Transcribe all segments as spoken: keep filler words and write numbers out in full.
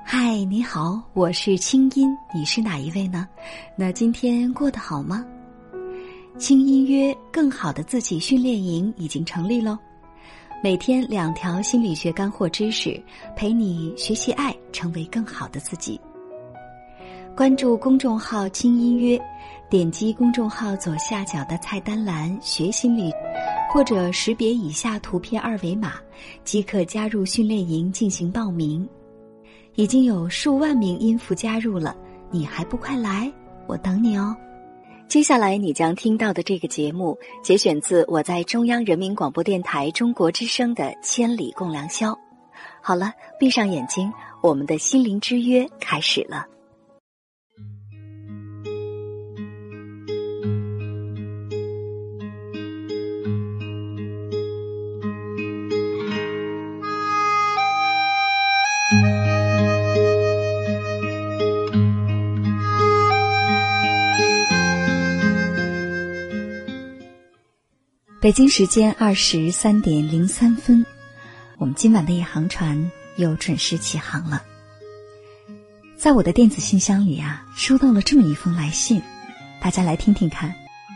嗨，你好，我是清音，你是哪一位呢？那今天过得好吗？清音约更好的自己训练营已经成立咯，每天两条心理学干货知识，陪你学习爱，成为更好的自己。关注公众号清音约，点击公众号左下角的菜单栏学心理，或者识别以下图片二维码，即可加入训练营进行报名。已经有数万名音符加入了，你还不快来？我等你哦。接下来你将听到的这个节目节选自我在中央人民广播电台中国之声的《千里共良宵》。好了，闭上眼睛，我们的心灵之约开始了。北京时间二十三点零三分，我们今晚的一航船又准时起航了。在我的电子信箱里啊，收到了这么一封来信，大家来听听看。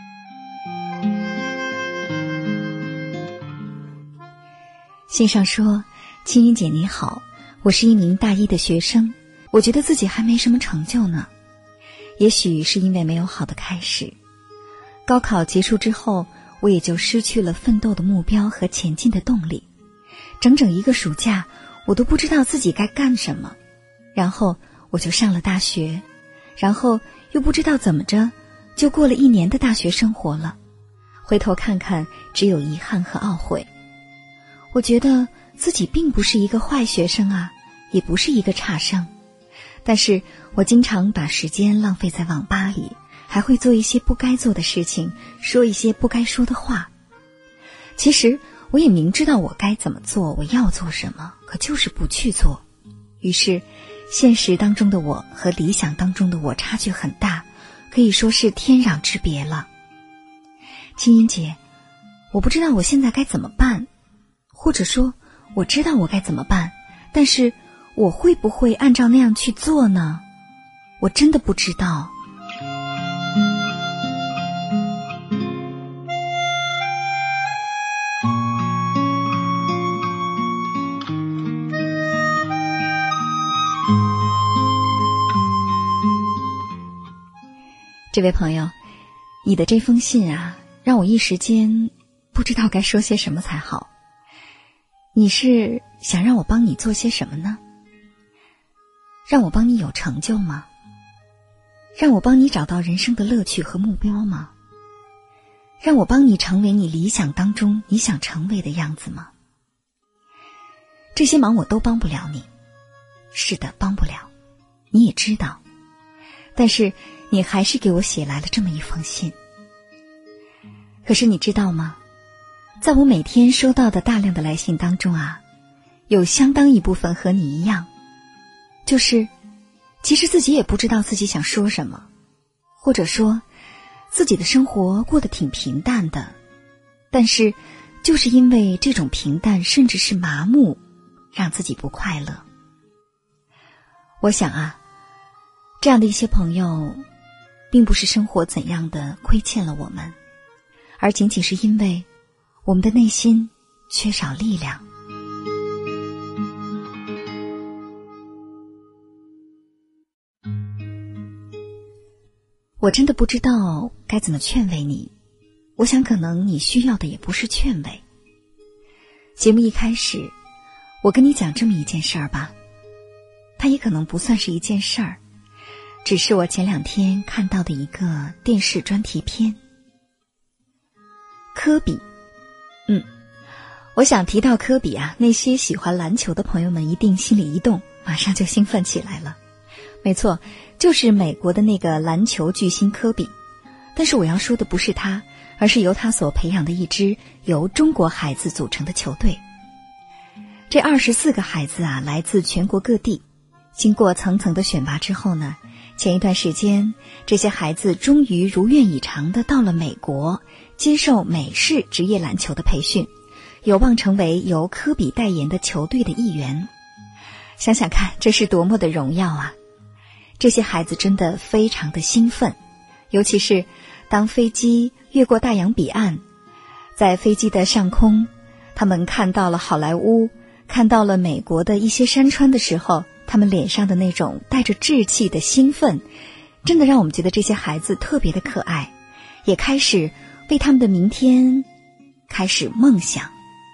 信上说：青音姐你好，我是一名大一的学生，我觉得自己还没什么成就呢，也许是因为没有好的开始。高考结束之后，我也就失去了奋斗的目标和前进的动力，整整一个暑假我都不知道自己该干什么，然后我就上了大学，然后又不知道怎么着就过了一年的大学生活了。回头看看，只有遗憾和懊悔。我觉得自己并不是一个坏学生啊，也不是一个差生，但是我经常把时间浪费在网吧里，还会做一些不该做的事情，说一些不该说的话。其实我也明知道我该怎么做，我要做什么，可就是不去做。于是现实当中的我和理想当中的我差距很大，可以说是天壤之别了。青音姐，我不知道我现在该怎么办，或者说我知道我该怎么办，但是我会不会按照那样去做呢？我真的不知道。这位朋友，你的这封信啊，让我一时间不知道该说些什么才好。你是想让我帮你做些什么呢？让我帮你有成就吗？让我帮你找到人生的乐趣和目标吗？让我帮你成为你理想当中你想成为的样子吗？这些忙我都帮不了你，是的，帮不了，你也知道。但是你还是给我写来了这么一封信。可是你知道吗？在我每天收到的大量的来信当中啊，有相当一部分和你一样，就是其实自己也不知道自己想说什么，或者说自己的生活过得挺平淡的，但是就是因为这种平淡甚至是麻木，让自己不快乐。我想啊，这样的一些朋友并不是生活怎样的亏欠了我们，而仅仅是因为我们的内心缺少力量。我真的不知道该怎么劝慰你，我想可能你需要的也不是劝慰。节目一开始，我跟你讲这么一件事儿吧，它也可能不算是一件事儿，只是我前两天看到的一个电视专题片。科比，嗯，我想提到科比啊，那些喜欢篮球的朋友们一定心里一动，马上就兴奋起来了。没错，就是美国的那个篮球巨星科比。但是我要说的不是他，而是由他所培养的一支由中国孩子组成的球队。这二十四个孩子啊，来自全国各地，经过层层的选拔之后呢，前一段时间这些孩子终于如愿以偿地到了美国，接受美式职业篮球的培训，有望成为由科比代言的球队的一员。 想想看，这是多么的荣耀啊！这些孩子真的非常的兴奋，尤其是当飞机越过大洋彼岸，在飞机的上空，他们看到了好莱坞，看到了美国的一些山川的时候，他们脸上的那种带着稚气的兴奋，真的让我们觉得这些孩子特别的可爱，也开始为他们的明天开始梦想。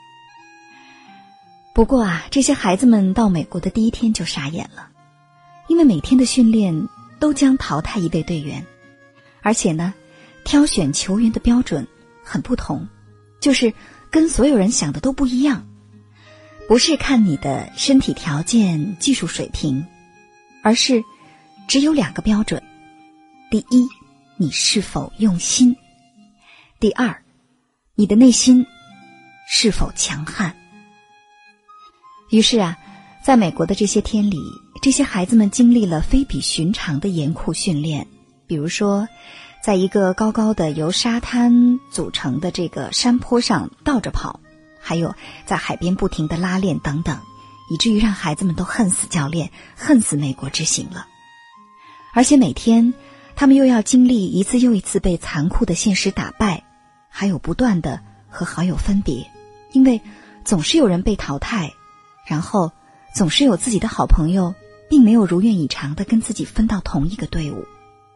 不过啊，这些孩子们到美国的第一天就傻眼了，因为每天的训练都将淘汰一位队员，而且呢，挑选球员的标准很不同，就是跟所有人想的都不一样，不是看你的身体条件、技术水平，而是只有两个标准：第一，你是否用心；第二，你的内心是否强悍。于是啊，在美国的这些天里，这些孩子们经历了非比寻常的严酷训练，比如说在一个高高的由沙滩组成的这个山坡上倒着跑，还有在海边不停地拉练等等，以至于让孩子们都恨死教练，恨死美国之行了。而且每天他们又要经历一次又一次被残酷的现实打败，还有不断的和好友分别，因为总是有人被淘汰，然后总是有自己的好朋友并没有如愿以偿地跟自己分到同一个队伍。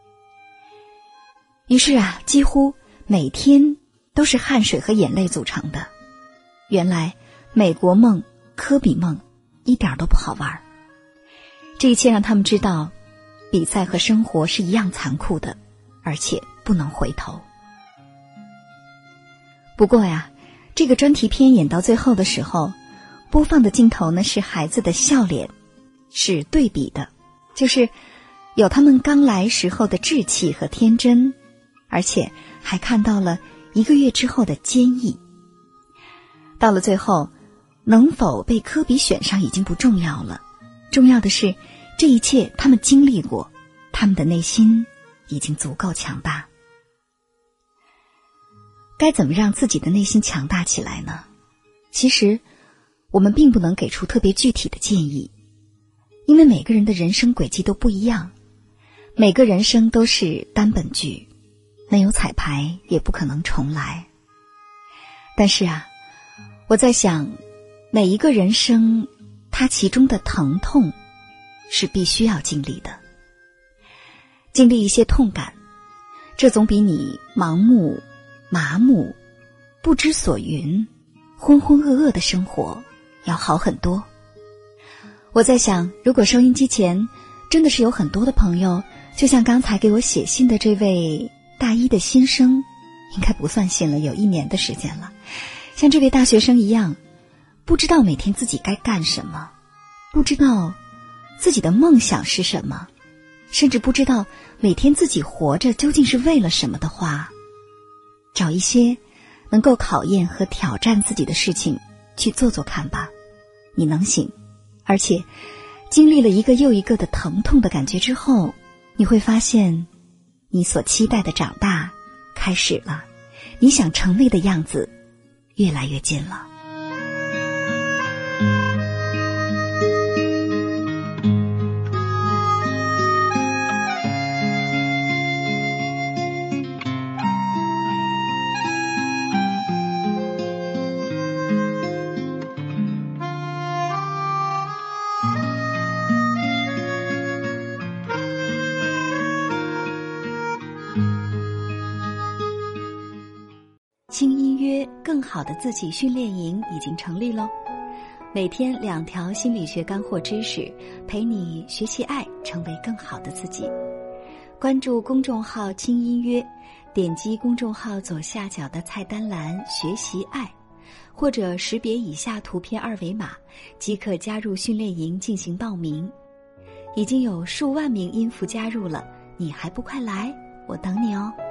于是啊，几乎每天都是汗水和眼泪组成的。原来美国梦、科比梦一点都不好玩。这一切让他们知道，比赛和生活是一样残酷的，而且不能回头。不过呀，这个专题片演到最后的时候，播放的镜头呢是孩子的笑脸，是对比的，就是有他们刚来时候的稚气和天真，而且还看到了一个月之后的坚毅。到了最后，能否被科比选上已经不重要了，重要的是这一切他们经历过，他们的内心已经足够强大。该怎么让自己的内心强大起来呢？其实我们并不能给出特别具体的建议，因为每个人的人生轨迹都不一样，每个人生都是单本剧，没有彩排也不可能重来。但是啊，我在想，每一个人生它其中的疼痛是必须要经历的，经历一些痛感，这总比你盲目、麻木、不知所云、浑浑噩噩的生活要好很多。我在想，如果收音机前真的是有很多的朋友，就像刚才给我写信的这位大一的新生，应该不算新了，有一年的时间了，像这位大学生一样，不知道每天自己该干什么，不知道自己的梦想是什么，甚至不知道每天自己活着究竟是为了什么的话，找一些能够考验和挑战自己的事情去做做看吧，你能行。而且经历了一个又一个的疼痛的感觉之后，你会发现你所期待的长大开始了，你想成为的样子越来越近了。轻音乐更好的自己训练营已经成立咯，每天两条心理学干货知识，陪你学习爱，成为更好的自己。关注公众号轻音乐，点击公众号左下角的菜单栏学习爱，或者识别以下图片二维码即可加入训练营进行报名。已经有数万名音符加入了，你还不快来？我等你哦。